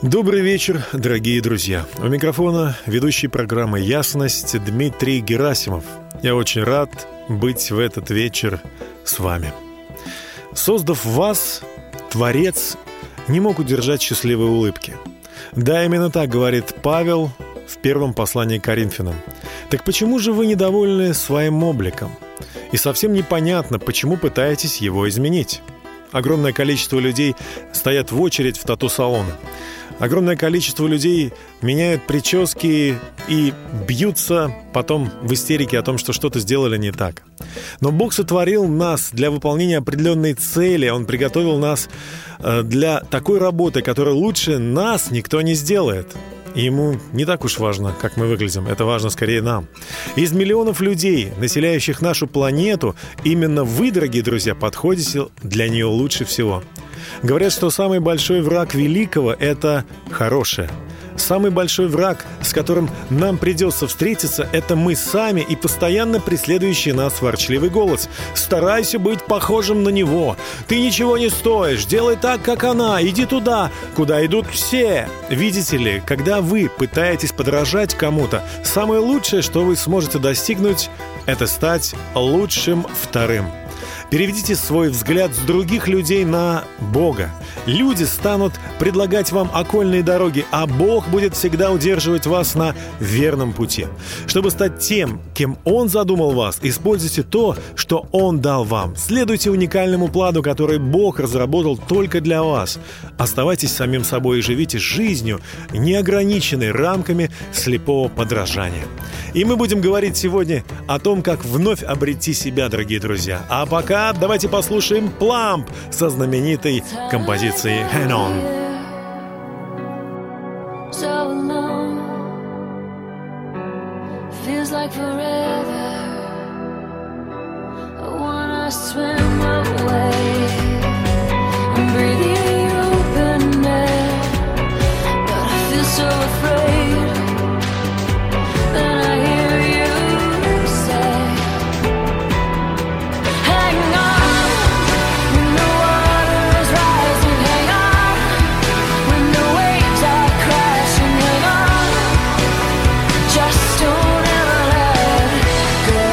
Добрый вечер, дорогие друзья. У микрофона ведущий программы «Ясность» Дмитрий Герасимов. Я очень рад быть в этот вечер с вами. Создав вас, Творец не мог удержать счастливой улыбки. Да, именно так говорит Павел в первом послании к Коринфянам. Так почему же вы недовольны своим обликом? И совсем непонятно, почему пытаетесь его изменить. Огромное количество людей стоят в очередь в тату-салоны. Огромное количество людей меняют прически и бьются потом в истерике о том, что что-то сделали не так. Но Бог сотворил нас для выполнения определенной цели. Он приготовил нас для такой работы, которую лучше нас никто не сделает. И ему не так уж важно, как мы выглядим. Это важно скорее нам. Из миллионов людей, населяющих нашу планету, именно вы, дорогие друзья, подходите для нее лучше всего. Говорят, что самый большой враг великого – это хорошее. Самый большой враг, с которым нам придется встретиться, это мы сами и постоянно преследующий нас ворчливый голос. «Старайся быть похожим на него. Ты ничего не стоишь. Делай так, как она. Иди туда, куда идут все». Видите ли, когда вы пытаетесь подражать кому-то, самое лучшее, что вы сможете достигнуть, это стать лучшим вторым. Переведите свой взгляд с других людей на Бога. Люди станут предлагать вам окольные дороги, а Бог будет всегда удерживать вас на верном пути. Чтобы стать тем, кем Он задумал вас, используйте то, что Он дал вам. Следуйте уникальному плану, который Бог разработал только для вас. Оставайтесь самим собой и живите жизнью, не ограниченной рамками слепого подражания. И мы будем говорить сегодня о том, как вновь обрети себя, дорогие друзья. А пока давайте послушаем Plump со знаменитой композицией «Hang On». So alone, feels like forever. I wanna swim away and breathe the open air, but I feel so afraid. Then I hear you say, hang on, when the water is rising, hang on, when the waves are crashing, hang on, just don't ever let go.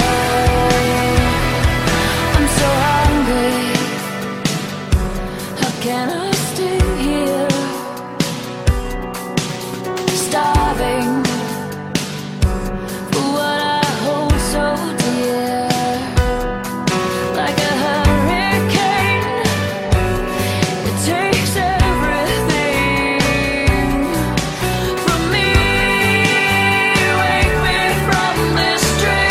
I'm so hungry, how can I stay here, starving for what I hold so dear, like a hurricane, it takes everything from me. Wake me from this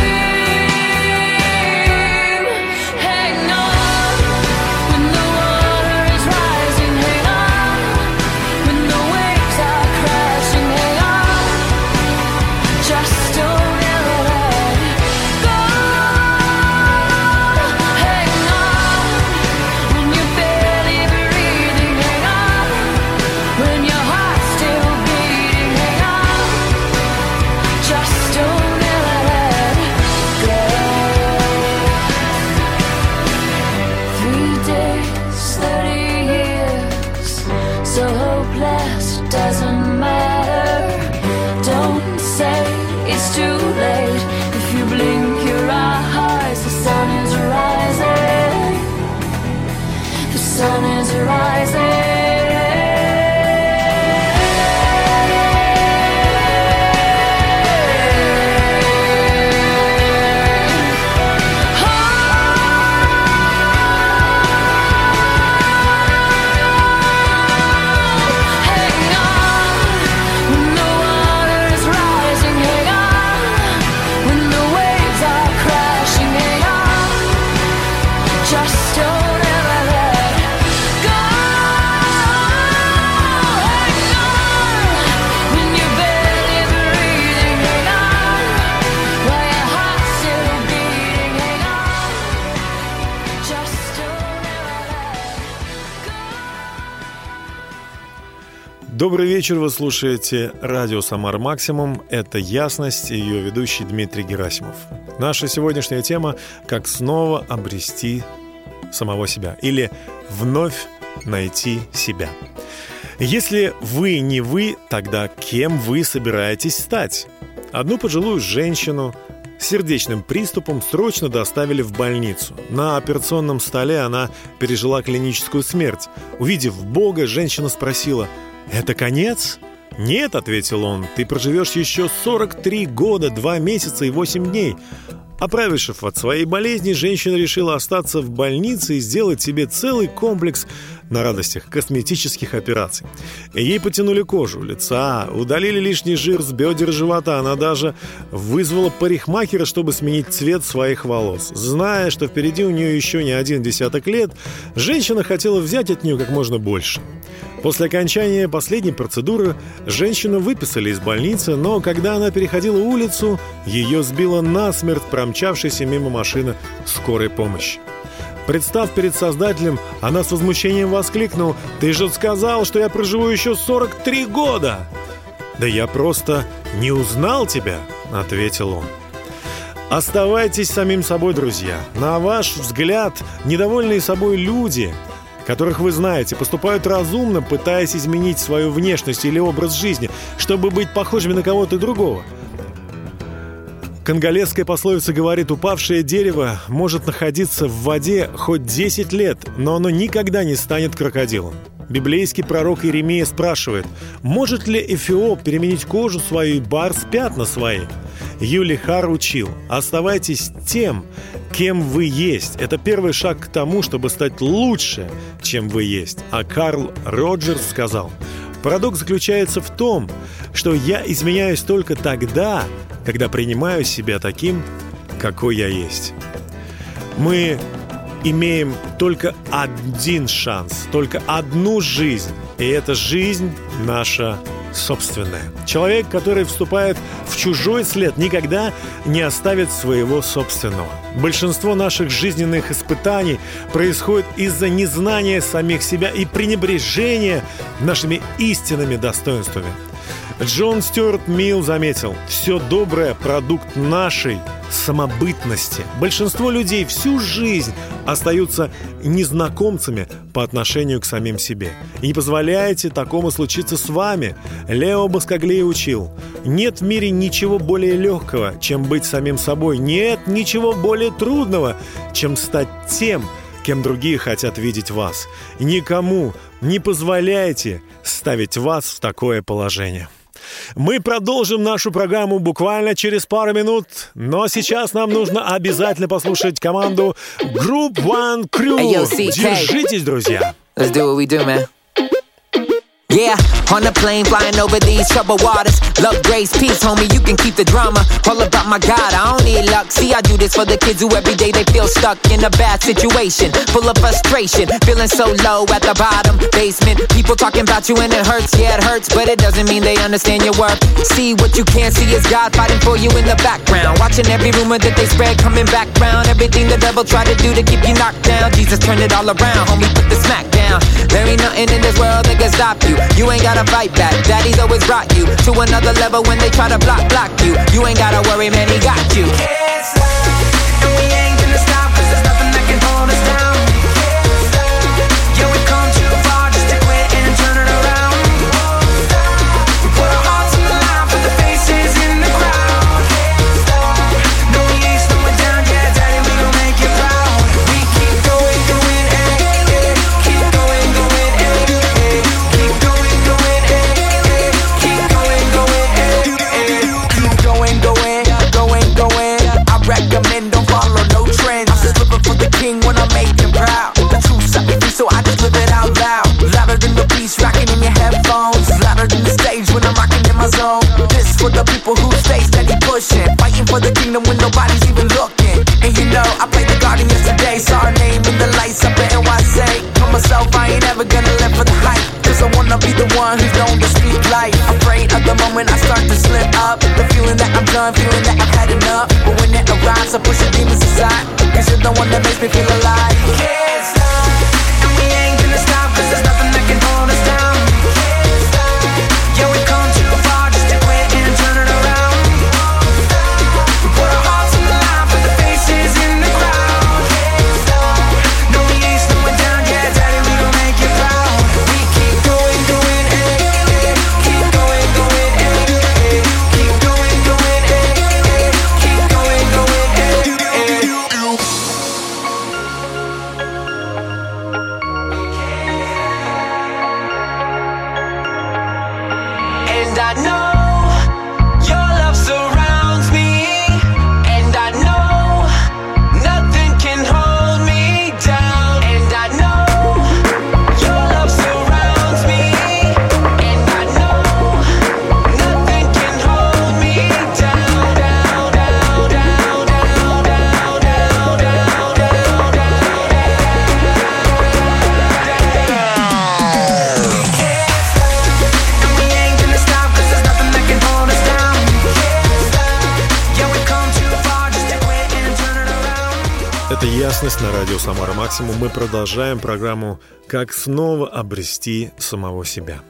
dream. Hang on, when the water is rising, hang on, when the waves are crashing, hang on, just don't ever let go. Hang on, when you're barely breathing, hang on, when your heart's still beating, hang on, just don't ever let go. 3 days, 30 years, so hopeless, doesn't matter. Don't say it's too late. If you blink your eyes, the sun is rising. The sun is rising. Hang on, when the water is rising, hang on, when the waves are crashing, hang on, just don't ever let go. Hang on, when you're barely breathing, hang on, while your heart's still beating, hang on, just don't ever let go. Добрый вечер, вы слушаете радио «Самар Максимум». Это «Ясность» и ее ведущий Дмитрий Герасимов. Наша сегодняшняя тема – как снова обрести самого себя или вновь найти себя. Если вы не вы, тогда кем вы собираетесь стать? Одну пожилую женщину с сердечным приступом срочно доставили в больницу. На операционном столе она пережила клиническую смерть. Увидев Бога, женщина спросила: «Это конец?» «Нет», — ответил он, — «ты проживешь еще 43 года, 2 месяца и 8 дней». Оправившись от своей болезни, женщина решила остаться в больнице и сделать себе целый комплекс на радостях косметических операций. Ей потянули кожу лица, удалили лишний жир с бедер и живота. Она даже вызвала парикмахера, чтобы сменить цвет своих волос. Зная, что впереди у нее еще не 1 десяток лет, женщина хотела взять от нее как можно больше. После окончания последней процедуры женщину выписали из больницы, но когда она переходила улицу, ее сбила насмерть промчавшаяся мимо машина скорой помощи. Представ перед Создателем, она с возмущением воскликнула: «Ты же сказал, что я проживу еще 43 года!» «Да я просто не узнал тебя», — ответил он. Оставайтесь самим собой, друзья. На ваш взгляд, недовольные собой люди, которых вы знаете, поступают разумно, пытаясь изменить свою внешность или образ жизни, чтобы быть похожими на кого-то другого. Конголезская пословица говорит: упавшее дерево может находиться в воде хоть 10 лет, но оно никогда не станет крокодилом. Библейский пророк Иеремия спрашивает: может ли Эфиоп переменить кожу свою и барс пятна свои? Юли Хар учил: оставайтесь тем, кем вы есть. Это первый шаг к тому, чтобы стать лучше, чем вы есть. А Карл Роджерс сказал: парадокс заключается в том, что я изменяюсь только тогда, когда принимаю себя таким, какой я есть. Мы имеем только один шанс, только одну жизнь, и эта жизнь наша собственная. Человек, который вступает в чужой след, никогда не оставит своего собственного. Большинство наших жизненных испытаний происходит из-за незнания самих себя и пренебрежения нашими истинными достоинствами. Джон Стюарт Милл заметил: все доброе – продукт нашей самобытности. Большинство людей всю жизнь остаются незнакомцами по отношению к самим себе. И не позволяйте такому случиться с вами. Лео Баскаглей учил: нет в мире ничего более легкого, чем быть самим собой. Нет ничего более трудного, чем стать тем, кем другие хотят видеть вас. И никому не позволяйте ставить вас в такое положение. Мы продолжим нашу программу буквально через пару минут, но сейчас нам нужно обязательно послушать команду Group One Crew. Hey, yo, CK. Держитесь, друзья. Let's do what we do, man. Yeah, on a plane flying over these troubled waters. Love, grace, peace, homie, you can keep the drama. All about my God, I don't need luck. See, I do this for the kids who every day they feel stuck in a bad situation, full of frustration, feeling so low at the bottom, basement. People talking about you and it hurts, yeah it hurts, but it doesn't mean they understand your worth. See, what you can't see is God fighting for you in the background, watching every rumor that they spread coming back round. Everything the devil tried to do to keep you knocked down, Jesus turned it all around, homie, put the smack down. There ain't nothing in this world that can stop you. You ain't gotta fight back, daddy's always brought you to another level when they try to block you. You ain't gotta worry, man, he got you. Can't stop, and we ain't gonna stop, 'cause there's nothing that can hold us down. Can't stop, yeah, we come too far just to quit and turn it around. Won't stop, we put our hearts on the line for the faces in the crowd. Can't stop, no, we ain't slowing down, yeah, daddy, we gon' make you proud. We keep going, going, keep going, going, keep going. Recommend, don't follow no trends. I'm just living for the king when I make him proud. The truth set me free, so I just live it out loud. Louder than the beats rocking in your headphones, louder than the stage when I'm rocking in my zone. This for the people who stay steady pushing, fighting for the kingdom when nobody's even looking. And you know, I played the Guardian yesterday, saw her name in the lights up at NYC. Told myself I ain't ever gonna live for the hype, 'cause I wanna be the one who's known to speak life. Afraid of the moment I start to slip up, the feeling that I'm done, feeling that I've had enough. But when it arrives, I push the demons aside, 'cause you're the one that makes me feel alive. Can't stop, and we ain't gonna stop, 'cause there's nothing that can hold us down. Can't stop, yeah, we come too far just to quit and turn it around. We put our hearts on the line for the faces in the crowd. Can't stop, no, we ain't slowing down, yeah, daddy, we gon' make you proud. We keep going, going, I know your love surrounds me, and I know nothing can hold me down, and I know your love surrounds me, and I know nothing can hold me down, down, down, down, down, down, down, down, down, down. Это «Ясность» на радио «Самара Максимум». Мы продолжаем программу «Как снова обрести самого себя».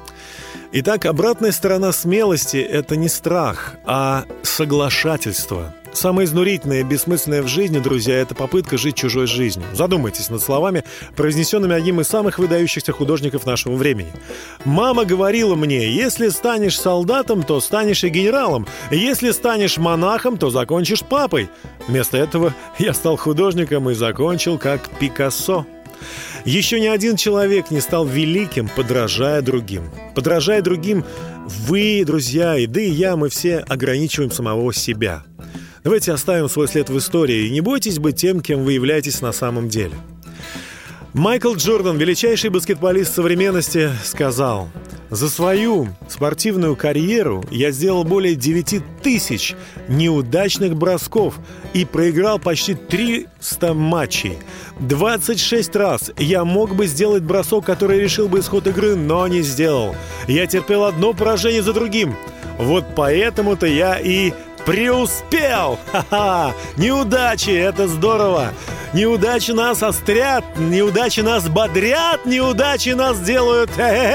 Итак, обратная сторона смелости – это не страх, а соглашательство. Самое изнурительное и бессмысленное в жизни, друзья, это попытка жить чужой жизнью. Задумайтесь над словами, произнесенными одним из самых выдающихся художников нашего времени. «Мама говорила мне, если станешь солдатом, то станешь и генералом. Если станешь монахом, то закончишь папой». Вместо этого я стал художником и закончил как Пикассо. Еще ни один человек не стал великим, подражая другим. Подражая другим, вы, друзья, и да и я, мы все ограничиваем самого себя. Давайте оставим свой след в истории и не бойтесь быть тем, кем вы являетесь на самом деле. Майкл Джордан, величайший баскетболист современности, сказал: «За свою спортивную карьеру я сделал более 9000 неудачных бросков и проиграл почти 300 матчей. 26 раз я мог бы сделать бросок, который решил бы исход игры, но не сделал. Я терпел одно поражение за другим. Вот поэтому-то я и преуспел! Ха-ха! Неудачи — это здорово! Неудачи нас острят, неудачи нас бодрят, неудачи нас делают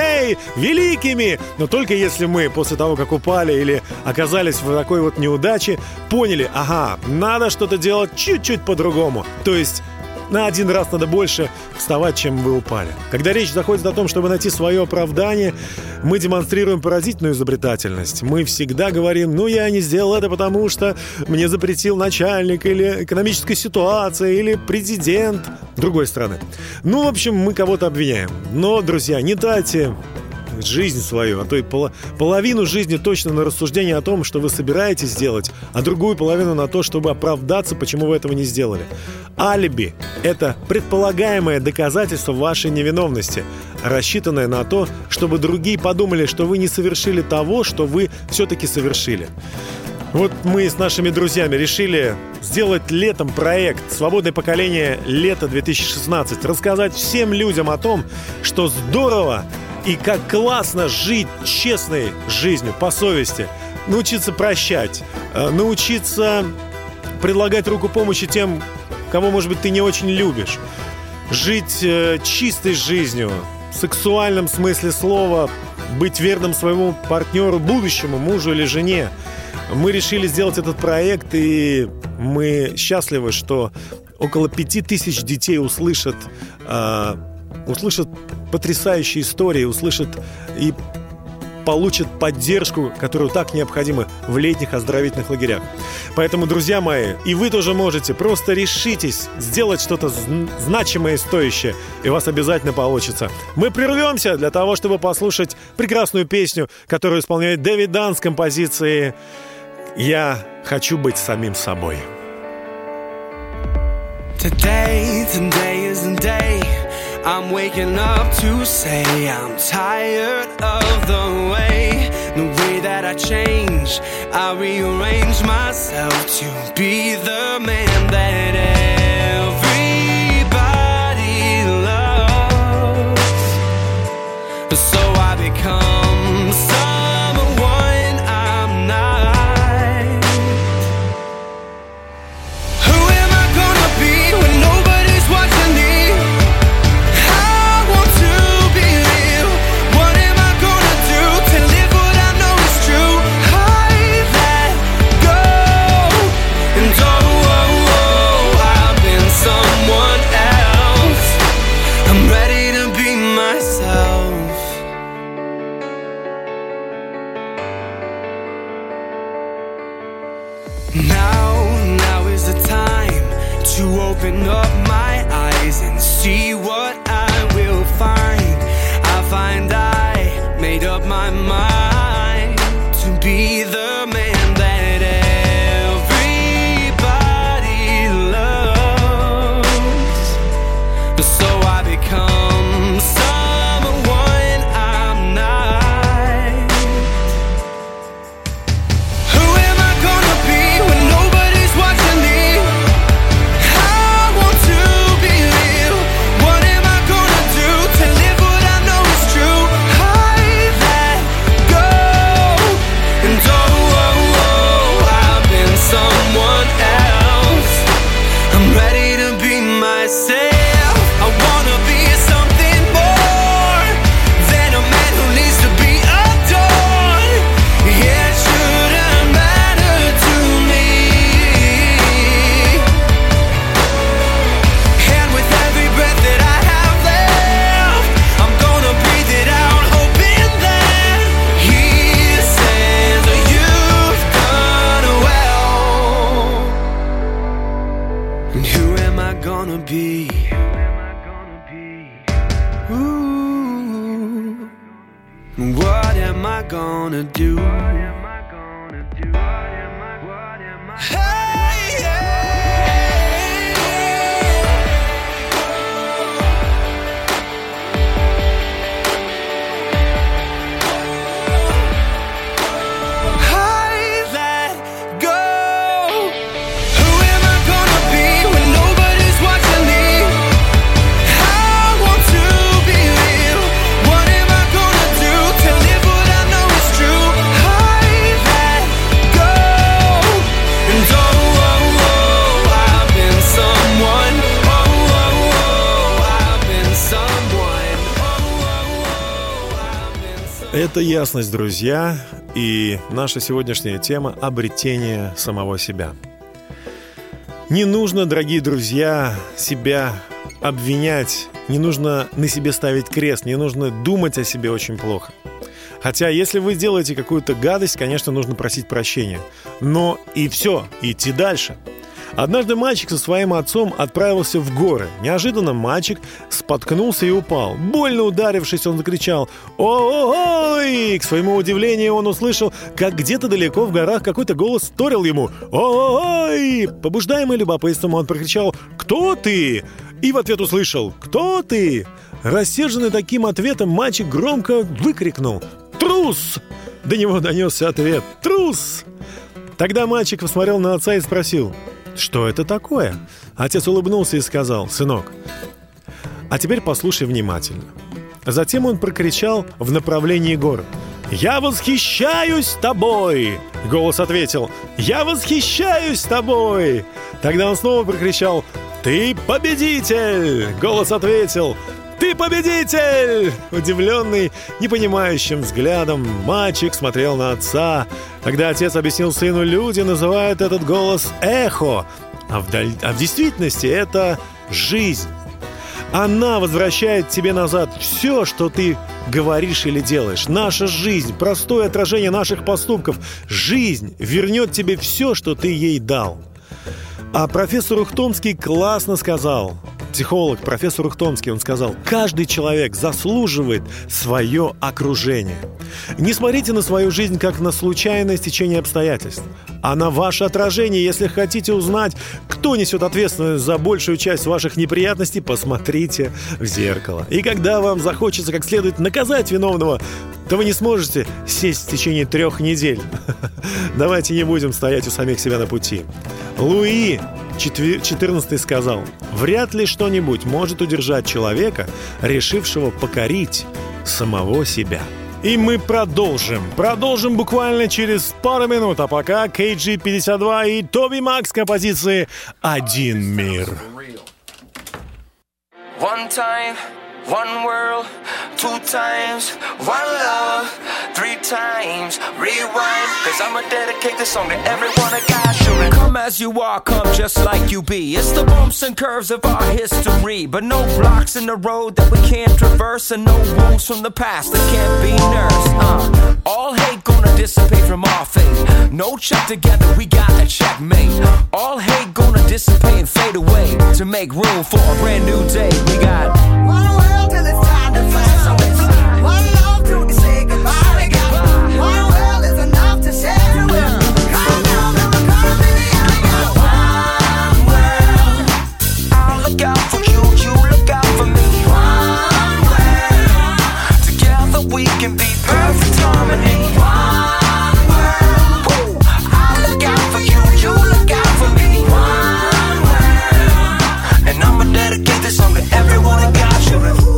великими! Но только если мы после того, как упали или оказались в такой вот неудаче, поняли: ага, надо что-то делать чуть-чуть по-другому. То есть на один раз надо больше вставать, чем вы упали. Когда речь заходит о том, чтобы найти свое оправдание, мы демонстрируем поразительную изобретательность. Мы всегда говорим: ну, я не сделал это, потому что мне запретил начальник, или экономическая ситуация, или президент другой страны. Ну, в общем, мы кого-то обвиняем. Но, друзья, не тратьте жизнь свою, а то и половину жизни точно на рассуждение о том, что вы собираетесь сделать, а другую половину на то, чтобы оправдаться, почему вы этого не сделали. Алиби – это предполагаемое доказательство вашей невиновности, рассчитанное на то, чтобы другие подумали, что вы не совершили того, что вы все-таки совершили. Вот мы с нашими друзьями решили сделать летом проект «Свободное поколение. Лето 2016», рассказать всем людям о том, что здорово и как классно жить честной жизнью, по совести, научиться прощать, научиться предлагать руку помощи тем, кого, может быть, ты не очень любишь, жить чистой жизнью, в сексуальном смысле слова, быть верным своему партнеру, будущему мужу или жене. Мы решили сделать этот проект, и мы счастливы, что около 5000 детей услышат потрясающие истории, услышат и получат поддержку, которую так необходима в летних оздоровительных лагерях. Поэтому, друзья мои, и вы тоже можете, просто решитесь сделать что-то значимое и стоящее, и у вас обязательно получится. Мы прервемся для того, чтобы послушать прекрасную песню, которую исполняет Дэвид Дан с композицией «Я хочу быть самим собой». Today is the day I'm waking up to say I'm tired of the way that I change. I rearrange myself to be the man that everybody loves. So I become someone I'm not. Who am I gonna be when nobody's watching me? Ooh, what am I gonna do? Hey, yeah. I let go. Who am I gonna be when nobody's watching me? I want to be real. What am I gonna do to live what I know is true? I let go. And I've been someone. I've been someone. I've been someone. Это ясность, друзья, и наша сегодняшняя тема — обретение самого себя. Не нужно, дорогие друзья, себя обвинять, не нужно на себе ставить крест, не нужно думать о себе очень плохо. Хотя, если вы делаете какую-то гадость, конечно, нужно просить прощения. Но и все, идти дальше. Однажды мальчик со своим отцом отправился в горы. Неожиданно мальчик споткнулся и упал. Больно ударившись, он закричал «О-о-ой!». К своему удивлению, он услышал, как где-то далеко в горах какой-то голос вторил ему «О-о-ой!». Побуждаемый любопытством, он прокричал «Кто ты?». И в ответ услышал «Кто ты?». Рассерженный таким ответом, мальчик громко выкрикнул «Трус!». До него донесся ответ «Трус!». Тогда мальчик посмотрел на отца и спросил «Что это такое?». Отец улыбнулся и сказал «Сынок, а теперь послушай внимательно». Затем он прокричал в направлении гор «Я восхищаюсь тобой!». Голос ответил «Я восхищаюсь тобой!». Тогда он снова прокричал «Ты победитель!». Голос ответил «Ты победитель!». Удивленный, непонимающим взглядом, мальчик смотрел на отца. Тогда отец объяснил сыну, люди называют этот голос эхо, а в действительности это жизнь. Она возвращает тебе назад все, что ты говоришь или делаешь. Наша жизнь, простое отражение наших поступков. Жизнь вернет тебе все, что ты ей дал. А профессор Ухтомский классно сказал, психолог, профессор Ухтомский, он сказал, каждый человек заслуживает свое окружение. Не смотрите на свою жизнь как на случайное стечение обстоятельств, а на ваше отражение. Если хотите узнать, кто несет ответственность за большую часть ваших неприятностей, посмотрите в зеркало. И когда вам захочется как следует наказать виновного, то вы не сможете сесть в течение 3 недель. Давайте не будем стоять у самих себя на пути. Луи XIV сказал: вряд ли что-нибудь может удержать человека, решившего покорить самого себя. И мы продолжим буквально через пару минут. А пока KG52 и Тоби Макс композиции «Один мир». One time, one world, 2 times, one love, 3 times, rewind. Cause I'ma dedicate this song to everyone that got you. Come as you are, come just like you be. It's the bumps and curves of our history, but no blocks in the road that we can't traverse, and no wounds from the past that can't be nursed. All hate gonna dissipate from our fate. No check together, we got a checkmate. All hate gonna dissipate and fade away to make room for a brand new day. We got one world till it's time to fly. One love till we say goodbye. We got one world is enough to share it with. Come on, and we're gonna be the end. We got one world. I'll look out for you, you look out for me. One world. Together we can be perfect harmony. One world. Woo. I'll look out for you, you look out for me. One world. And I'ma dedicate this song to everyone that got you.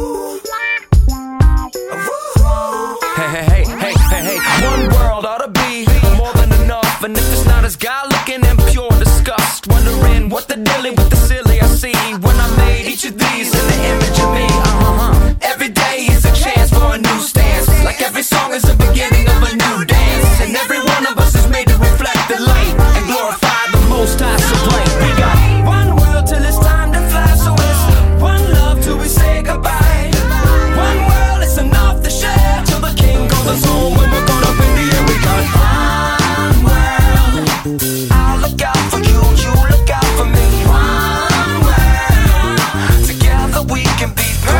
Hey, one world ought to be more than enough. And if it's not as God looking in pure disgust, wondering what the dilly with the silly I see when I made each of these in the image of me. Every day is a chance for a new stance. Like every song is the beginning of a new dance. And every one of us is made to reflect the light and glorify the Most High supreme. We got one world till it's time to fly. So it's one love till we say goodbye. One world is enough to share till the King calls us home when we're gone up in the air. We got one world. I'll look out for you, you look out for me. One world. Together we can be perfect.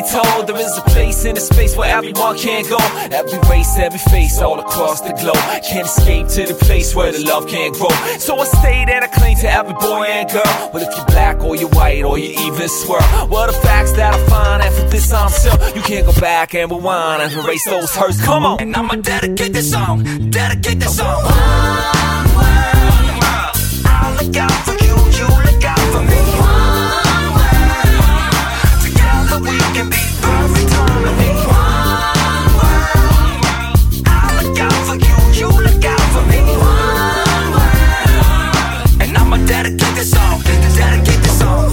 told there is a place in a space where everyone can go. Every race, every face, all across the globe. Can't escape to the place where the love can't grow. So I stayed and I cling to every boy and girl. Well, if you're black or you're white or you even swirl, what the facts that I find after this I'm sure you can't go back and rewind and erase those hurts. Come on, and I'ma dedicate this song, dedicate this song. One world, I'll look out for you, you look out for me. One world, together we can be perfect harmony. One world, I'll look out for you, you look out for me. One world, and I'ma dedicate this song, dedicate this song.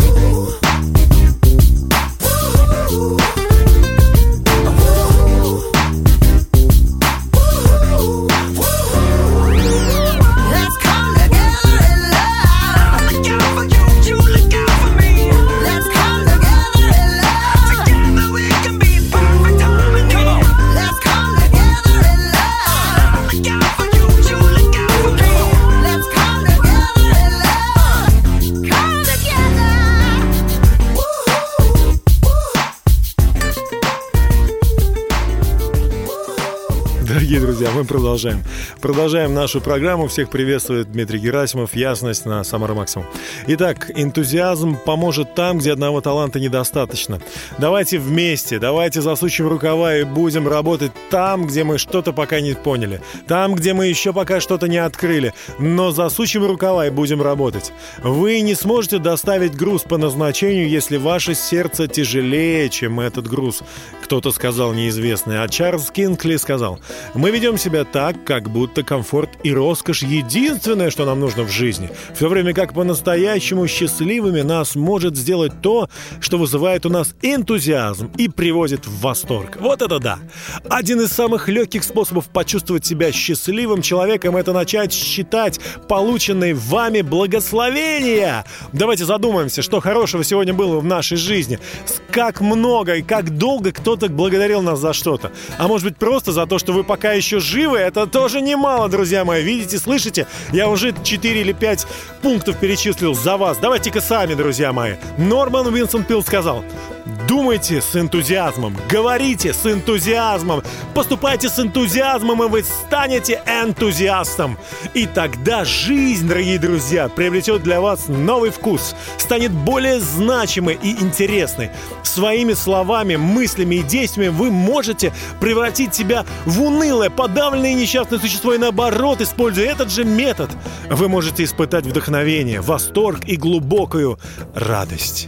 Дорогие друзья, мы продолжаем. Продолжаем нашу программу. Всех приветствует Дмитрий Герасимов. Ясность на Самара Максимум. Итак, энтузиазм поможет там, где одного таланта недостаточно. Давайте вместе, давайте засучим рукава и будем работать там, где мы что-то пока не поняли. Там, где мы еще пока что-то не открыли. Но засучим рукава и будем работать. Вы не сможете доставить груз по назначению, если ваше сердце тяжелее, чем этот груз. Кто-то сказал неизвестный, а Чарльз Кингсли сказал: мы ведем себя так, как будто комфорт и роскошь единственное, что нам нужно в жизни, в то время как по-настоящему счастливыми нас может сделать то, что вызывает у нас энтузиазм и приводит в восторг. Вот это да! Один из самых легких способов почувствовать себя счастливым человеком — это начать считать полученные вами благословения. Давайте задумаемся, что хорошего сегодня было в нашей жизни. Как много и как долго кто-то благодарил нас за что-то. А может быть, просто за то, что вы пока еще живы, это тоже немало, друзья мои. Видите, слышите? Я уже 4 или 5 пунктов перечислил за вас. Давайте-ка сами, друзья мои. Норман Уинстон Пил сказал: думайте с энтузиазмом, говорите с энтузиазмом, поступайте с энтузиазмом, и вы станете энтузиастом. И тогда жизнь, дорогие друзья, приобретет для вас новый вкус, станет более значимой и интересной. Своими словами, мыслями и действиями вы можете превратить себя в унылое, подавленное и несчастное существо, и наоборот, используя этот же метод, вы можете испытать вдохновение, восторг и глубокую радость.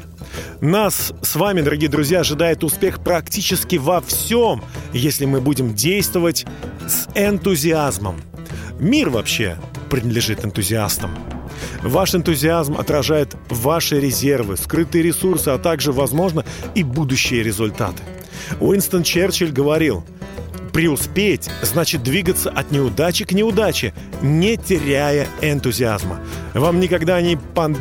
Нас с вами, дорогие друзья, ожидает успех практически во всем, если мы будем действовать с энтузиазмом. Мир вообще принадлежит энтузиастам. Ваш энтузиазм отражает ваши резервы, скрытые ресурсы, а также, возможно, и будущие результаты. Уинстон Черчилль говорил: преуспеть значит двигаться от неудачи к неудаче, не теряя энтузиазма. Вам никогда не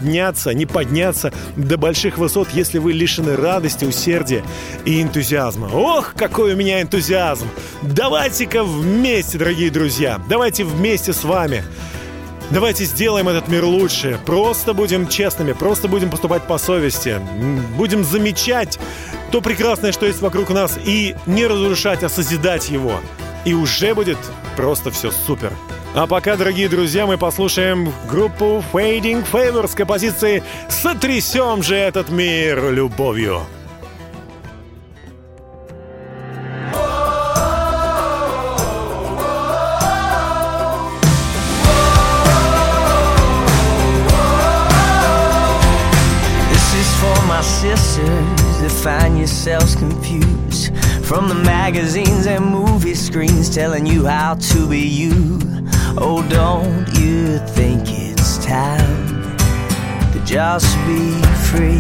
подняться до больших высот, если вы лишены радости, усердия и энтузиазма. Ох, какой у меня энтузиазм! Давайте-ка вместе, дорогие друзья, давайте вместе с вами. Давайте сделаем этот мир лучше. Просто будем честными, просто будем поступать по совести. Будем замечать то прекрасное, что есть вокруг нас, и не разрушать, а созидать его. И уже будет просто все супер. А пока, дорогие друзья, мы послушаем группу Fading Favor с композицией «Сотрясем же этот мир любовью». Sisters that find yourselves confused from the magazines and movie screens telling you how to be you. Oh, don't you think it's time to just be free?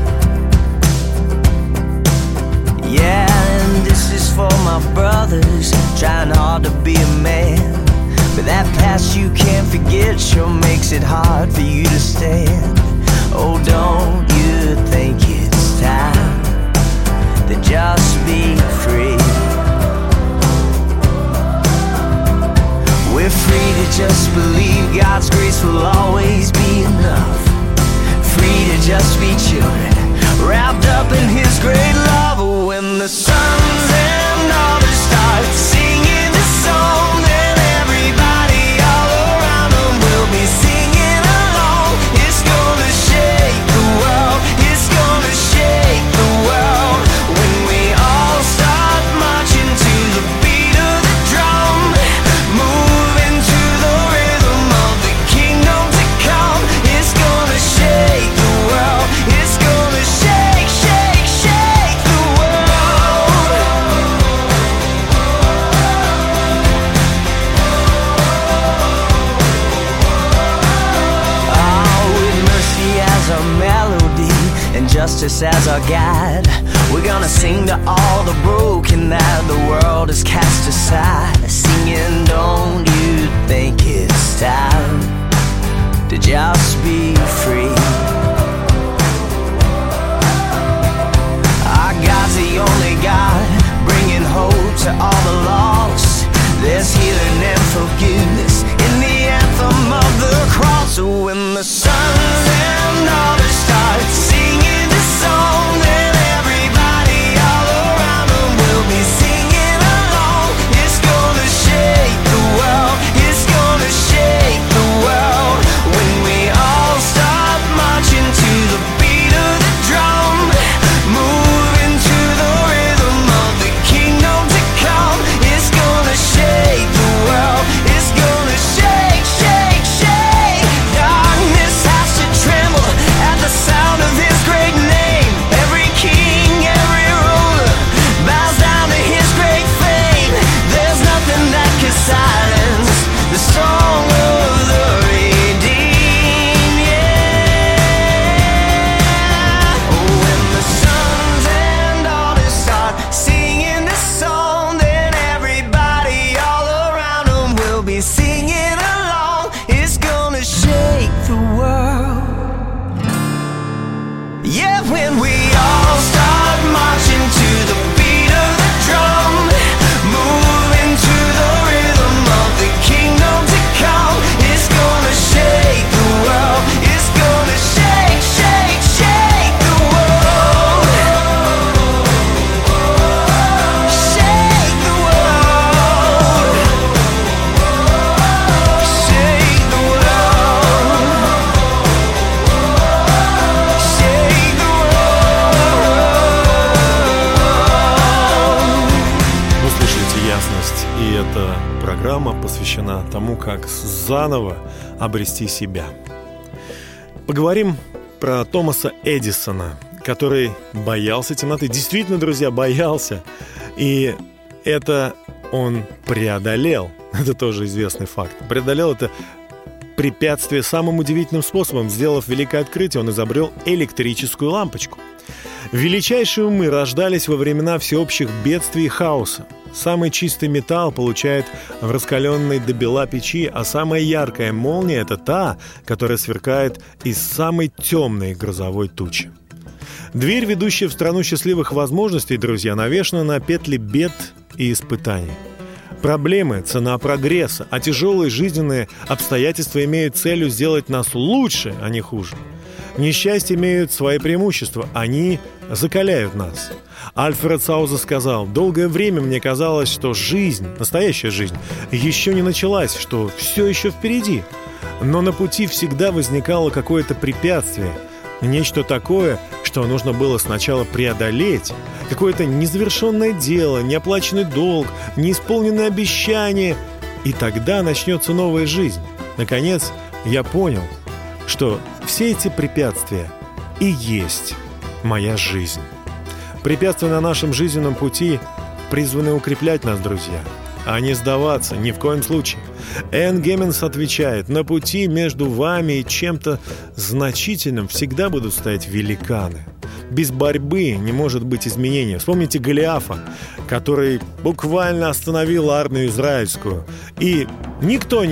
Yeah, and this is for my brothers trying hard to be a man, but that past you can't forget sure makes it hard for you to stand. Oh, don't you think it's time to just be free? We're free to just believe God's grace will always be enough. Free to just be children wrapped up in His great love. When the sons and daughters start singing this song, then everybody all around them will be singing along. It's gonna shake the world, it's gonna shake the world, when we all start marching to the beat of the drum, moving to the rhythm of the kingdom to come. It's gonna shake the world, it's gonna shake, shake, shake the world. Oh, with mercy as our melody and justice as our guide, we're gonna sing to all the broken that the world has cast aside, singing, don't you think it's time to just be free? Our God's the only God, bringing hope to all the lost. There's healing and forgiveness in the anthem of the cross. So when the sons and daughters start singing this song, then everybody all around them will be singing along. It's gonna shake the world, it's gonna shake the world, when we all start marching to the beat of the drum, moving to the rhythm of the kingdom to come. It's gonna shake the world, it's gonna shake, shake, shake. Darkness has to tremble at the sound of his great name. Every king, every ruler bows down to his great fame. There's nothing that can silence the song of the redeemed, yeah. Oh, when the sons and daughters start singing this song, then everybody all around them will be singing along. It's gonna shake the world, yeah, when we all start marching to the beat of the drum, moving to the rhythm of the kingdom to come. It's gonna shake the world, it's gonna shake, shake, shake the world. Shake the world, shake the world, shake the world. Вы слушаете «Ясность», и эта программа посвящена тому, как заново обрести себя. Поговорим про Томаса Эдисона, который боялся темноты. Действительно, друзья, боялся. И это он преодолел. Это тоже известный факт. Преодолел это препятствие самым удивительным способом. Сделав великое открытие, он изобрел электрическую лампочку. Величайшие умы рождались во времена всеобщих бедствий и хаоса. Самый чистый металл получает в раскаленной до бела печи, а самая яркая молния – это та, которая сверкает из самой темной грозовой тучи. Дверь, ведущая в страну счастливых возможностей, друзья, навешана на петли бед и испытаний. Проблемы – цена прогресса, а тяжелые жизненные обстоятельства имеют целью сделать нас лучше, а не хуже. Несчастья имеют свои преимущества, они закаляют нас. Альфред Сауза сказал: «Долгое время мне казалось, что жизнь, настоящая жизнь, еще не началась, что все еще впереди. Но на пути всегда возникало какое-то препятствие, нечто такое, что нужно было сначала преодолеть, какое-то незавершенное дело, неоплаченный долг, неисполненное обещание, и тогда начнется новая жизнь. Наконец, я понял, что все эти препятствия и есть моя жизнь». Препятствия на нашем жизненном пути призваны укреплять нас, друзья, а не сдаваться ни в коем случае. Энн Гемминс отвечает: «На пути между вами и чем-то значительным всегда будут стоять великаны. Без борьбы не может быть изменения». Вспомните Голиафа, который буквально остановил армию израильскую. И никто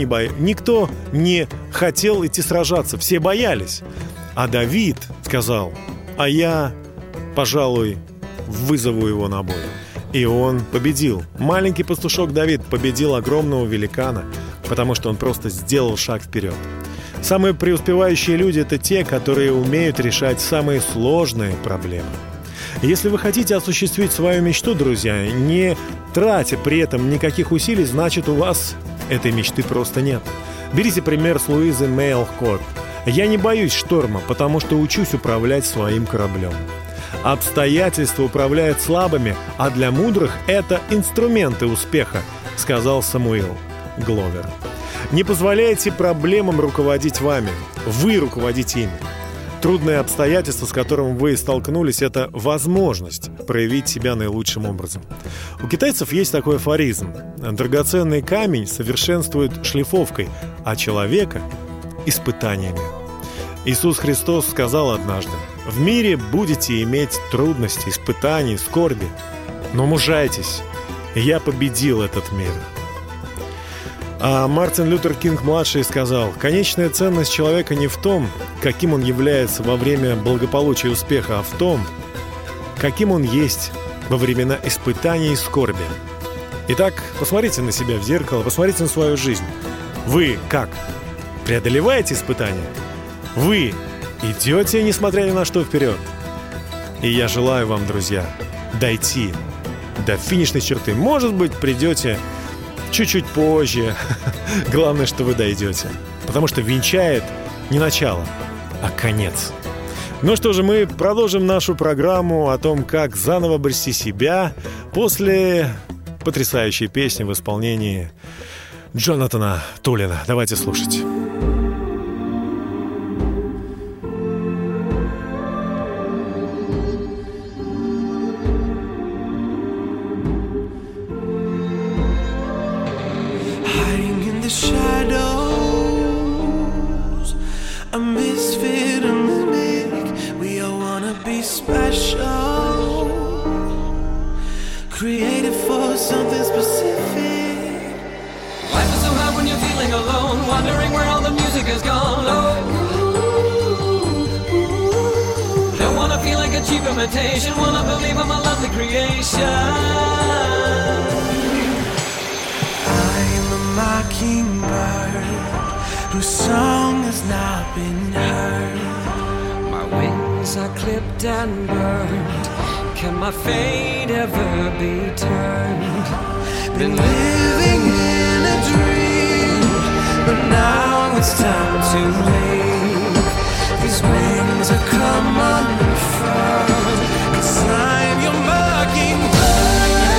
не хотел идти сражаться, все боялись. А Давид сказал: «А я, пожалуй, вызову его на бой». И он победил. Маленький пастушок Давид победил огромного великана, потому что он просто сделал шаг вперед. Самые преуспевающие люди – это те, которые умеют решать самые сложные проблемы. Если вы хотите осуществить свою мечту, друзья, не тратя при этом никаких усилий, значит, у вас этой мечты просто нет. Берите пример с Луизы Мэй Алкотт. «Я не боюсь шторма, потому что учусь управлять своим кораблем». «Обстоятельства управляют слабыми, а для мудрых это инструменты успеха», сказал Самуил Гловер. Не позволяйте проблемам руководить вами. Вы руководите ими. Трудные обстоятельства, с которыми вы столкнулись, это возможность проявить себя наилучшим образом. У китайцев есть такой афоризм: драгоценный камень совершенствует шлифовкой, а человека – испытаниями. Иисус Христос сказал однажды: «В мире будете иметь трудности, испытания, скорби, но мужайтесь, я победил этот мир». А Мартин Лютер Кинг-младший сказал: «Конечная ценность человека не в том, каким он является во время благополучия и успеха, а в том, каким он есть во времена испытаний и скорби». Итак, посмотрите на себя в зеркало, посмотрите на свою жизнь. Вы как? Преодолеваете испытания? Вы идете, несмотря ни на что, вперед? И я желаю вам, друзья, дойти до финишной черты. Может быть, придете чуть-чуть позже. Главное, что вы дойдете. Потому что венчает не начало, а конец. Ну что же, мы продолжим нашу программу о том, как заново обрести себя после потрясающей песни в исполнении Джонатана Тулина. Давайте слушать. Shadows, a misfit, a mimic. We all wanna be special, created for something specific. Life is so hard when you're feeling alone, wondering where all the music has gone. Oh, don't wanna feel like a cheap imitation, wanna believe I'm a lovely creation. Mockingbird, whose song has not been heard. My wings are clipped and burned. Can my fate ever be turned? Been living in a dream, but now it's time to leave. These wings are come unfurled, 'cause I'm your mockingbird.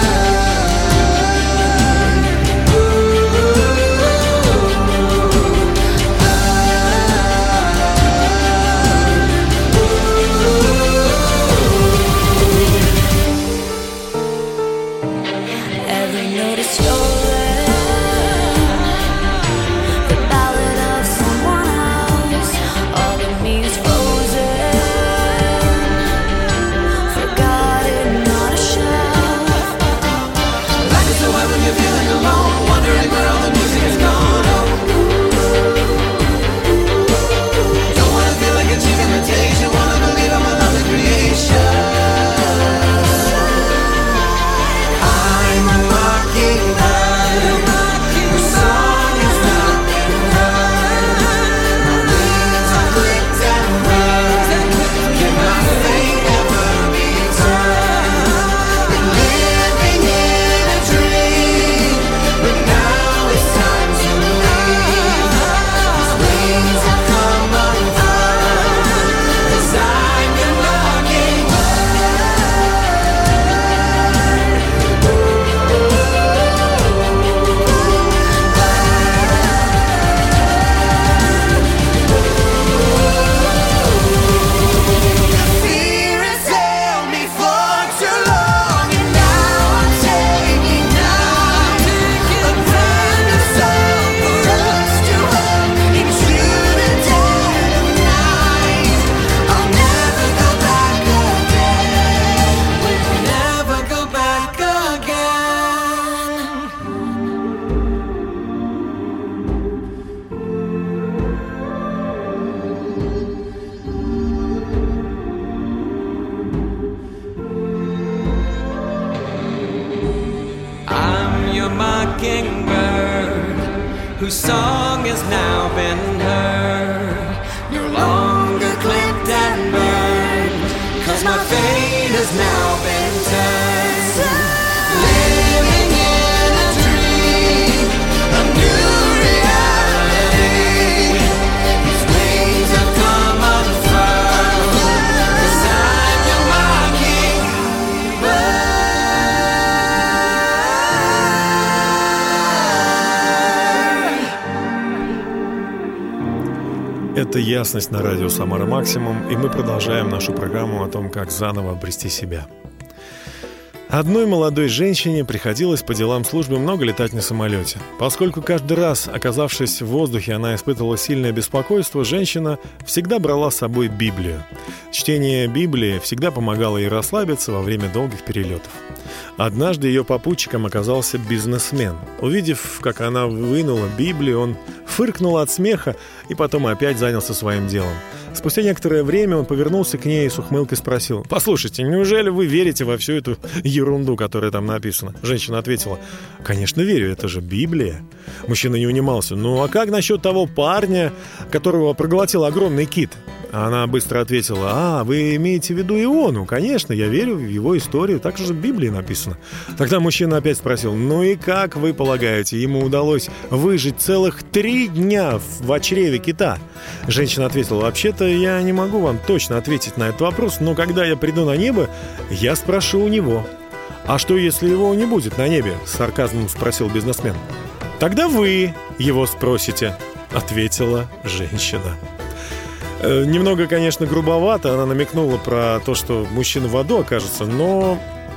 whose song has now been heard, no longer clipped and burned, 'cause my fate has now Это «Ясность» на радио «Самара Максимум», и мы продолжаем нашу программу о том, как заново обрести себя. Одной молодой женщине приходилось по делам службы много летать на самолете. Поскольку каждый раз, оказавшись в воздухе, она испытывала сильное беспокойство, женщина всегда брала с собой Библию. Чтение Библии всегда помогало ей расслабиться во время долгих перелетов. Однажды ее попутчиком оказался бизнесмен. Увидев, как она вынула Библию, он фыркнул от смеха и потом опять занялся своим делом. Спустя некоторое время он повернулся к ней и с ухмылкой спросил: «Послушайте, неужели вы верите во всю эту ерунду, которая там написана?» Женщина ответила: «Конечно верю, это же Библия». Мужчина не унимался: «Ну а как насчет того парня, которого проглотил огромный кит?» Она быстро ответила: вы имеете в виду Иону? Конечно, я верю в его историю, так же в Библии написано. Тогда мужчина опять спросил: ну и как вы полагаете, ему удалось выжить целых 3 дня в чреве кита? Женщина ответила: вообще-то я не могу вам точно ответить на этот вопрос, но когда я приду на небо, я спрошу у него. А что, если его не будет на небе? С сарказмом спросил бизнесмен. Тогда вы его спросите, ответила женщина. Немного, конечно, грубовато она намекнула про то, что мужчина в аду окажется, но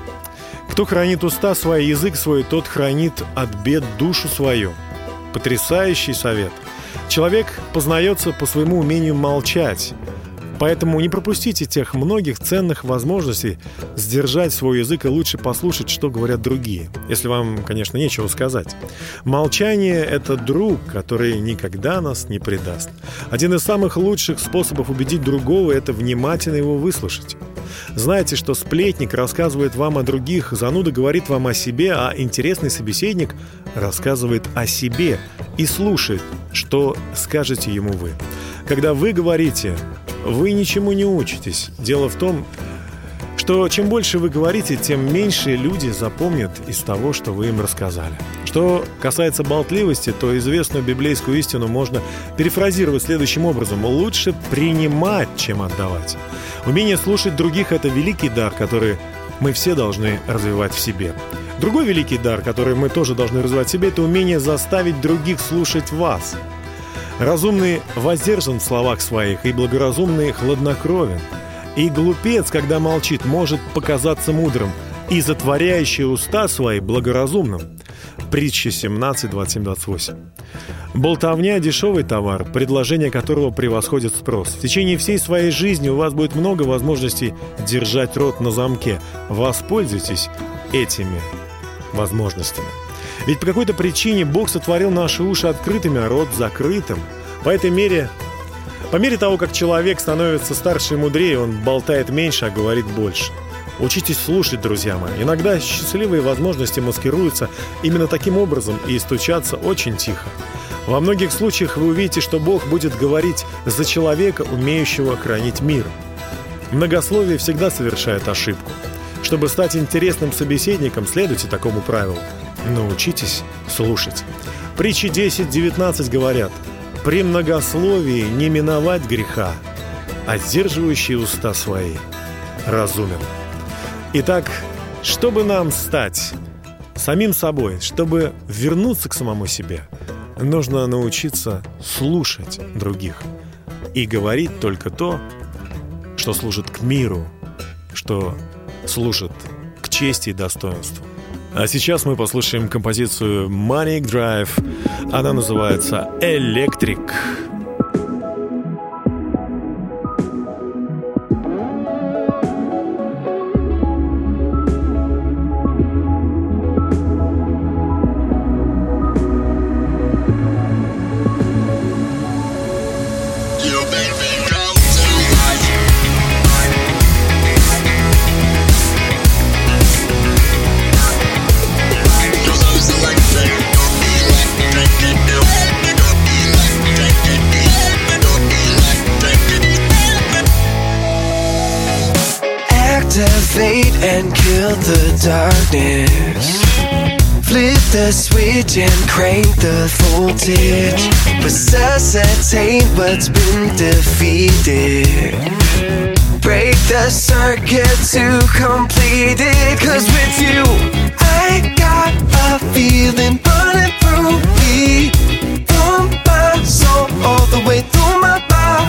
кто хранит уста свои, язык свой, тот хранит от бед душу свою. Потрясающий совет. Человек познается по своему умению молчать. Поэтому не пропустите тех многих ценных возможностей сдержать свой язык и лучше послушать, что говорят другие, если вам, конечно, нечего сказать. Молчание – это друг, который никогда нас не предаст. Один из самых лучших способов убедить другого – это внимательно его выслушать. Знаете, что сплетник рассказывает вам о других, зануда говорит вам о себе, а интересный собеседник рассказывает о себе и слушает, что скажете ему вы. Когда вы говорите, вы ничему не учитесь. Дело в том, что чем больше вы говорите, тем меньше люди запомнят из того, что вы им рассказали. Что касается болтливости, то известную библейскую истину можно перефразировать следующим образом: лучше принимать, чем отдавать. Умение слушать других – это великий дар, который мы все должны развивать в себе. Другой великий дар, который мы тоже должны развивать в себе, это умение заставить других слушать вас. Разумный воздержан в словах своих, и благоразумный хладнокровен. И глупец, когда молчит, может показаться мудрым, и затворяющий уста свои благоразумным. Притча 17, 27-28. Болтовня – дешевый товар, предложение которого превосходит спрос. В течение всей своей жизни у вас будет много возможностей держать рот на замке. Воспользуйтесь этими возможностями. Ведь по какой-то причине Бог сотворил наши уши открытыми, а рот закрытым. По мере того, как человек становится старше и мудрее, он болтает меньше, а говорит больше. Учитесь слушать, друзья мои. Иногда счастливые возможности маскируются именно таким образом и стучатся очень тихо. Во многих случаях вы увидите, что Бог будет говорить за человека, умеющего хранить мир. Многословие всегда совершает ошибку. Чтобы стать интересным собеседником, следуйте такому правилу. Научитесь слушать. Притчи 10-19 говорят: при многословии не миновать греха, а сдерживающий уста свои разумен. Итак, чтобы нам стать самим собой, чтобы вернуться к самому себе, нужно научиться слушать других и говорить только то, что служит к миру, что служит к чести и достоинству. А сейчас мы послушаем композицию Manic Drive. Она называется «Электрик». Activate and kill the darkness. Flip the switch and crank the voltage. Resuscitate what's been defeated. Break the circuit to complete it. 'Cause with you, I got a feeling running through me. From my soul all the way through my body.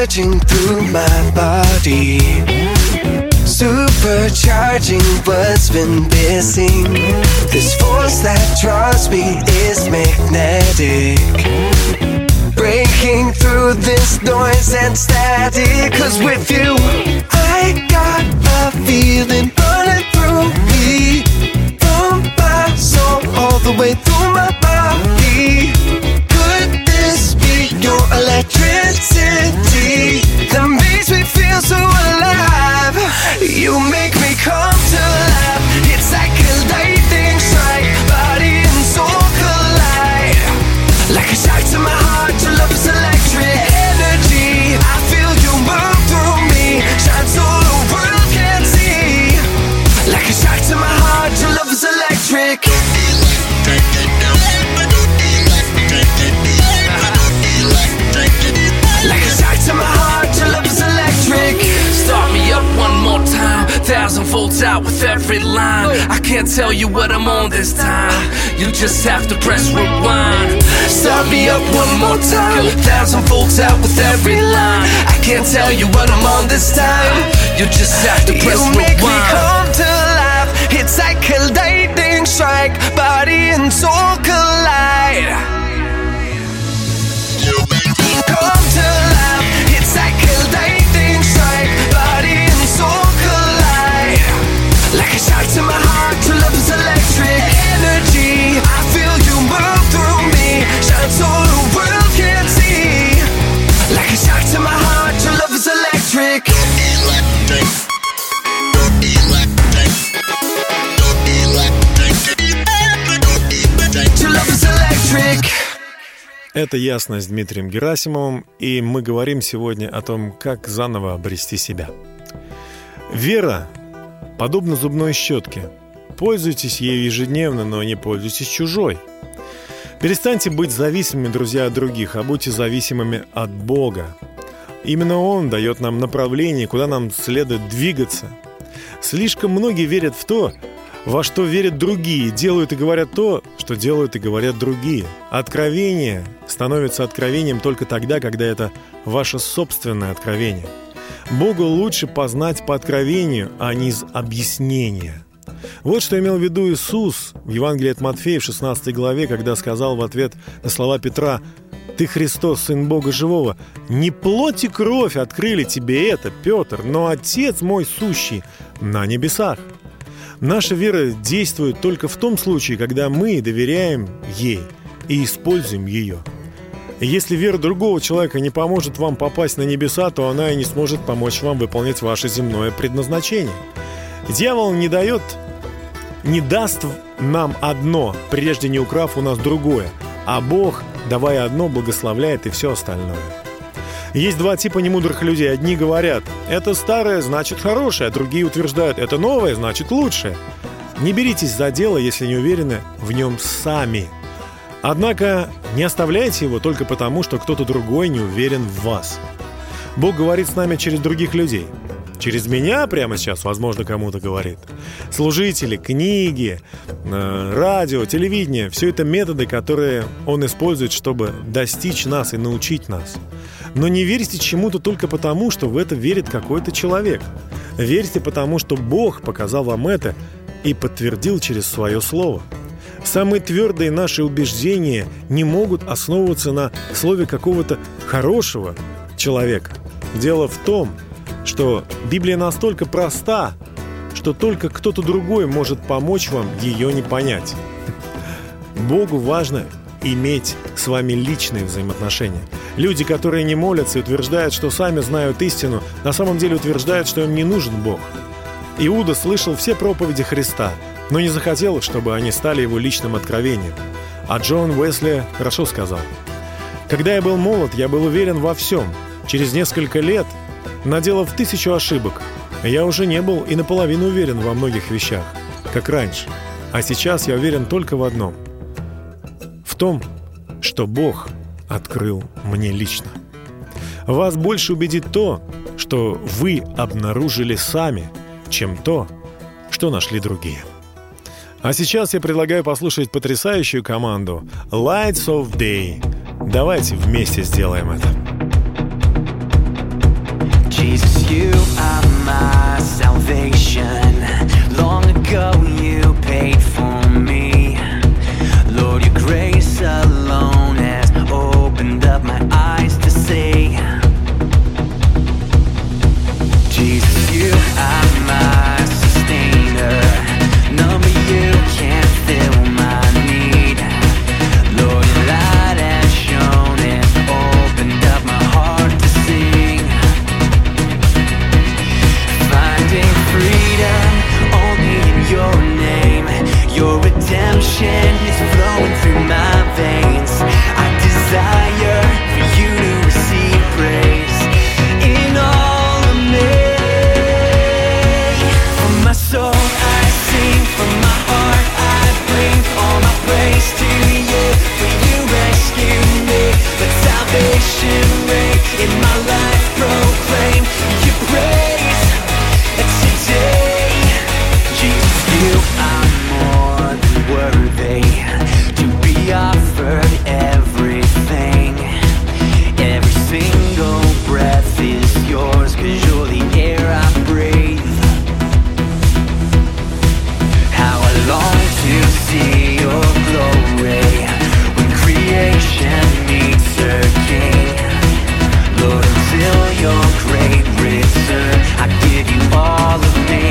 surging through my body, supercharging what's been missing. This force that draws me is magnetic, breaking through this noise and static. 'Cause with you, I got a feeling running through me, from my soul all the way through my body. Could this be your electricity that makes me feel so alive? You make me come to life. It's like a lightning strike, body and soul collide. Like a shock to my heart, your love is electric energy. I feel you move through me, shine so the world can see. Like a shock to my heart, your love is electric. Like a shock to my heart, your love is electric. Start me up one more time, 1,000 volts out with every line. I can't tell you what I'm on this time, you just have to press rewind. Start me up one more time, 1,000 volts out with every line. I can't tell you what I'm on this time, you just have to press You rewind. make me come to life. It's like a lightning strike, body and soul collide. You make me come to life. It's like a lightning strike, body and soul collide. Like a shock to my heart, your love is electric energy. I feel you move through me, shine so the world can see. Like a shock to my heart, your love is electric. Your love is electric. Это «Ясность» с Дмитрием Герасимовым, и мы говорим сегодня о том, как заново обрести себя. Вера подобна зубной щетке. Пользуйтесь ею ежедневно, но не пользуйтесь чужой. Перестаньте быть зависимыми, друзья, от других, а будьте зависимыми от Бога. Именно Он дает нам направление, куда нам следует двигаться. Слишком многие верят в то, во что верят другие, делают и говорят то, что делают и говорят другие. Откровение становится откровением только тогда, когда это ваше собственное откровение. Бога лучше познать по откровению, а не из объяснения. Вот что имел в виду Иисус в Евангелии от Матфея в 16 главе, когда сказал в ответ на слова Петра: «Ты Христос, Сын Бога Живого. Не плоть и кровь открыли тебе это, Петр, но Отец мой сущий на небесах». Наша вера действует только в том случае, когда мы доверяем ей и используем ее. И если вера другого человека не поможет вам попасть на небеса, то она и не сможет помочь вам выполнить ваше земное предназначение. Дьявол не даст нам одно, прежде не украв у нас другое, а Бог, давая одно, благословляет и все остальное. Есть два типа немудрых людей. Одни говорят: это старое, значит хорошее, а другие утверждают: это новое, значит лучшее. Не беритесь за дело, если не уверены в нем сами. Однако не оставляйте его только потому, что кто-то другой не уверен в вас. Бог говорит с нами через других людей. Через меня прямо сейчас, возможно, кому-то говорит. Служители, книги, радио, телевидение – все это методы, которые Он использует, чтобы достичь нас и научить нас. Но не верьте чему-то только потому, что в это верит какой-то человек. Верьте потому, что Бог показал вам это и подтвердил через Свое Слово. Самые твердые наши убеждения не могут основываться на слове какого-то хорошего человека. Дело в том, что Библия настолько проста, что только кто-то другой может помочь вам ее не понять. Богу важно иметь с вами личные взаимоотношения. Люди, которые не молятся и утверждают, что сами знают истину, на самом деле утверждают, что им не нужен Бог. Иуда слышал все проповеди Христа, но не захотел, чтобы они стали его личным откровением. А Джон Уэсли хорошо сказал: «Когда я был молод, я был уверен во всем. Через несколько лет, наделав 1000 ошибок, я уже не был и наполовину уверен во многих вещах, как раньше. А сейчас я уверен только в одном – в том, что Бог открыл мне лично. Вас больше убедит то, что вы обнаружили сами, чем то, что нашли другие». А сейчас я предлагаю послушать потрясающую команду Lights of Day. Давайте вместе сделаем это. my salvation. Long ago you paid for me. Lord, your grace alone has opened up my eyes to see. Jesus, you are my sustainer. None but you can fill my need. Lord, your light has shone and opened up my heart to sing. Finding freedom only in your name. Your redemption is flowing through my veins. I desire for you to receive praise in all of me. From my soul I sing, from my heart I bring all my praise to you. For you rescue me, let salvation reign in my life. Proclaim your praise today. Jesus, you are more than worthy to be offered everything. Every single breath is yours, 'cause you're the air I breathe. How I long to see your glory when creation meets her King. Lord, until your great return, I give you all of me.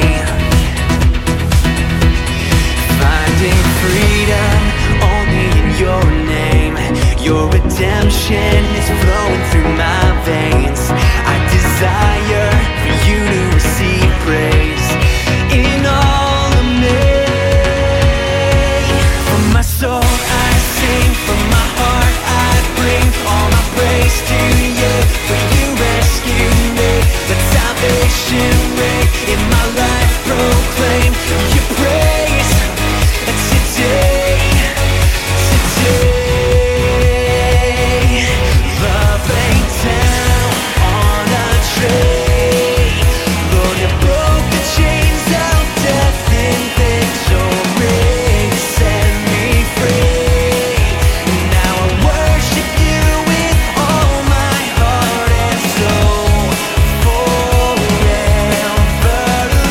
Finding freedom only in your name. Your redemption is flowing through my veins. I desire for you to receive praise in all of me. From my soul I sing, from my heart I bring all my praise to you. For you rescue me, let salvation reign in my life. Proclaim your praise today, today. Love laid down on a tree. Lord, you broke the chains of death and victory. Set me free. Now I worship you with all my heart and soul. Forever,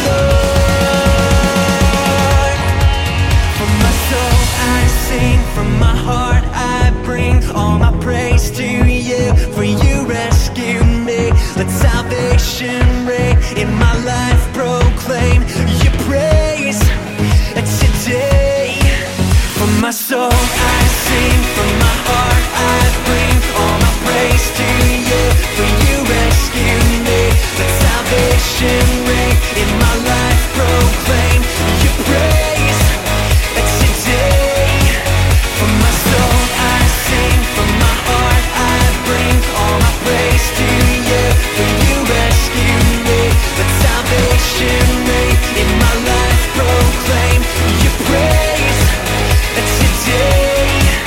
Lord. From my soul I sing, from my heart I bring all my praise to you. For you rescue me, let salvation reign in my life. Proclaim your praise today. From my soul I sing, from my heart I bring all my praise to you. For you rescue me, let salvation reign in my life. Proclaim your praise today. From my soul I sing, from my heart I bring all my praise to you. For you rescue me, let salvation reign in my life. Proclaim your praise today,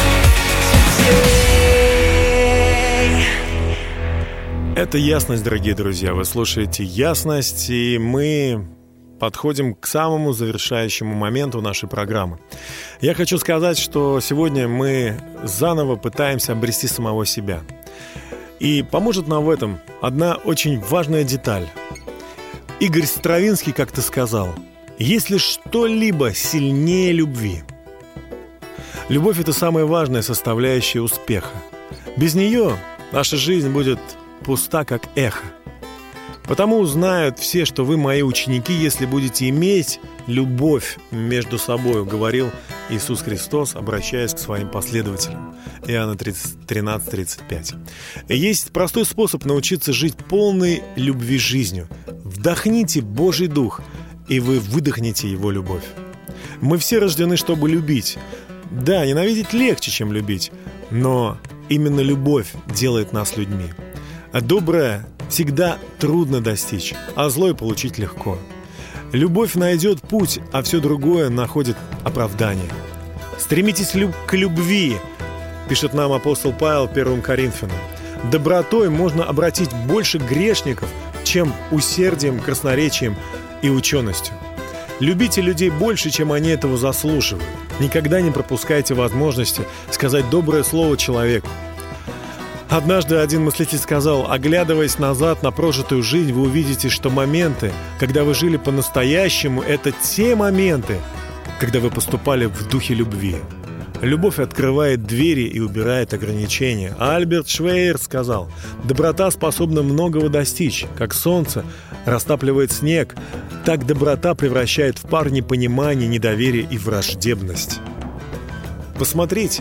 today. Это «Ясность», дорогие друзья. Вы слушаете «Ясность», и мы подходим к самому завершающему моменту нашей программы. Я хочу сказать, что сегодня мы заново пытаемся обрести самого себя. И поможет нам в этом одна очень важная деталь. Игорь Стравинский как-то сказал: «Есть ли что-либо сильнее любви? Любовь – это самая важная составляющая успеха. Без нее наша жизнь будет пуста, как эхо. Потому узнают все, что вы мои ученики, если будете иметь любовь между собой», говорил Иисус Христос, обращаясь к своим последователям. Иоанна 13:35. Есть простой способ научиться жить полной любви жизнью. Вдохните Божий Дух, и вы выдохните Его любовь. Мы все рождены, чтобы любить. Да, ненавидеть легче, чем любить, но именно любовь делает нас людьми. А доброе всегда трудно достичь, а злое получить легко. Любовь найдет путь, а все другое находит оправдание. Стремитесь к любви, пишет нам апостол Павел 1 Коринфянам. Добротой можно обратить больше грешников, чем усердием, красноречием и ученостью. Любите людей больше, чем они этого заслуживают. Никогда не пропускайте возможности сказать доброе слово человеку. Однажды один мыслитель сказал: оглядываясь назад на прожитую жизнь, вы увидите, что моменты, когда вы жили по-настоящему, это те моменты, когда вы поступали в духе любви. Любовь открывает двери и убирает ограничения. А Альберт Швейер сказал: доброта способна многого достичь. Как солнце растапливает снег, так доброта превращает в пар непонимание, недоверие и враждебность. Посмотрите,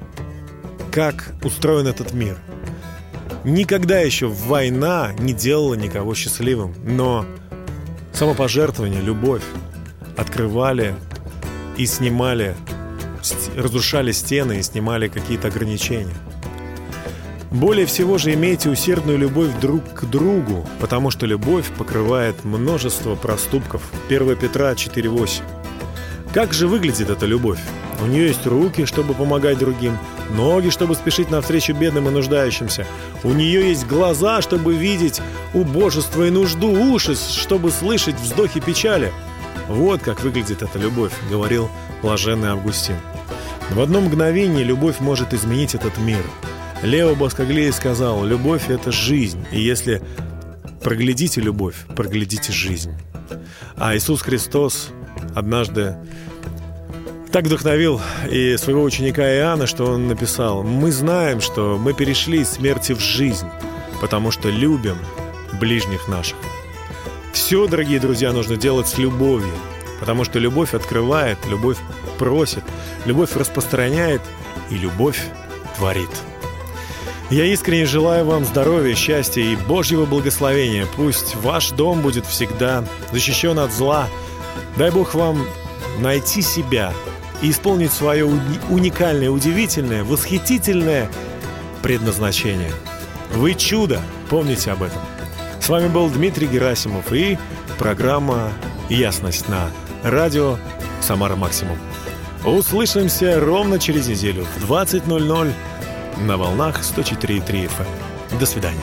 как устроен этот мир. Никогда еще война не делала никого счастливым, но самопожертвование, любовь открывали и снимали, разрушали стены и снимали какие-то ограничения. Более всего же имейте усердную любовь друг к другу, потому что любовь покрывает множество проступков. 1 Петра 4:8. Как же выглядит эта любовь? У нее есть руки, чтобы помогать другим, ноги, чтобы спешить навстречу бедным и нуждающимся. У нее есть глаза, чтобы видеть убожество и нужду, уши, чтобы слышать вздохи печали. Вот как выглядит эта любовь, говорил блаженный Августин. В одно мгновение любовь может изменить этот мир. Лео Баскаглей сказал: любовь — это жизнь, и если проглядите любовь, проглядите жизнь. А Иисус Христос однажды так вдохновил и своего ученика Иоанна, что он написал: мы знаем, что мы перешли из смерти в жизнь, потому что любим ближних наших. Все, дорогие друзья, нужно делать с любовью, потому что любовь открывает, любовь просит, любовь распространяет и любовь творит. Я искренне желаю вам здоровья, счастья и Божьего благословения. Пусть ваш дом будет всегда защищен от зла. Дай Бог вам найти себя и исполнить свое уникальное, удивительное, восхитительное предназначение. Вы чудо, помните об этом. С вами был Дмитрий Герасимов и программа «Ясность» на радио «Самара Максимум». Услышимся ровно через неделю в 20:00 на волнах 104,3 FM. До свидания.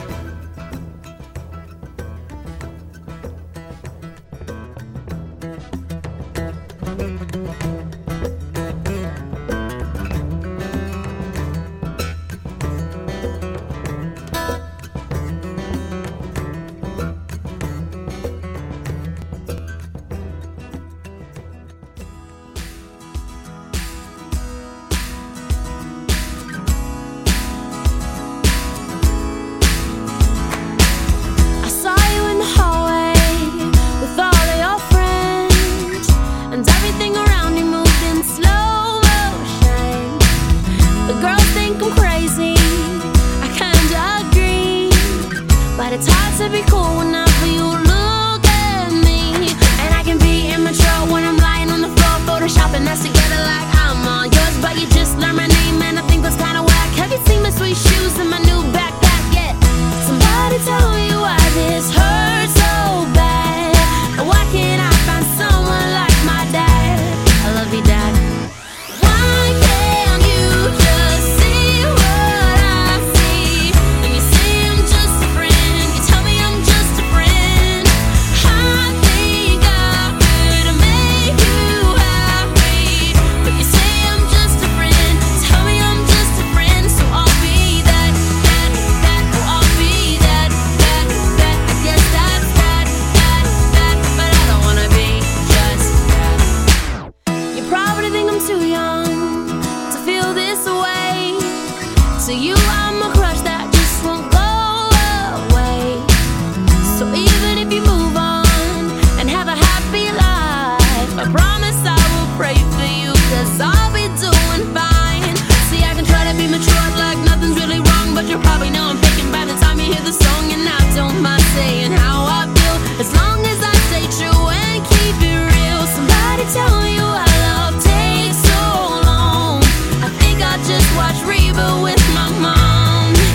Watch Reba with my mom.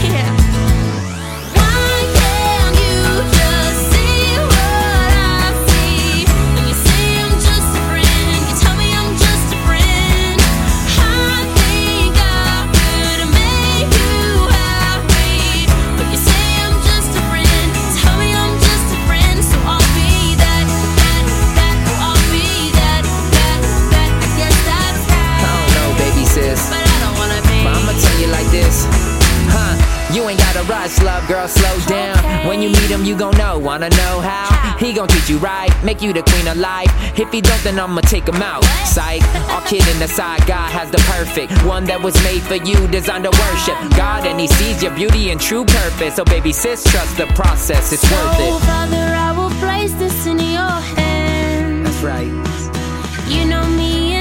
him, you gon' know. Wanna know how? He gon' treat you right, make you the queen of life. If he don't, then I'ma take him out. Psych, all kidding aside, God has the perfect one that was made for you, designed to worship God, and he sees your beauty and true purpose. So baby sis, trust the process, it's worth it. Oh, Father, I will place this in your hands. That's right. You know me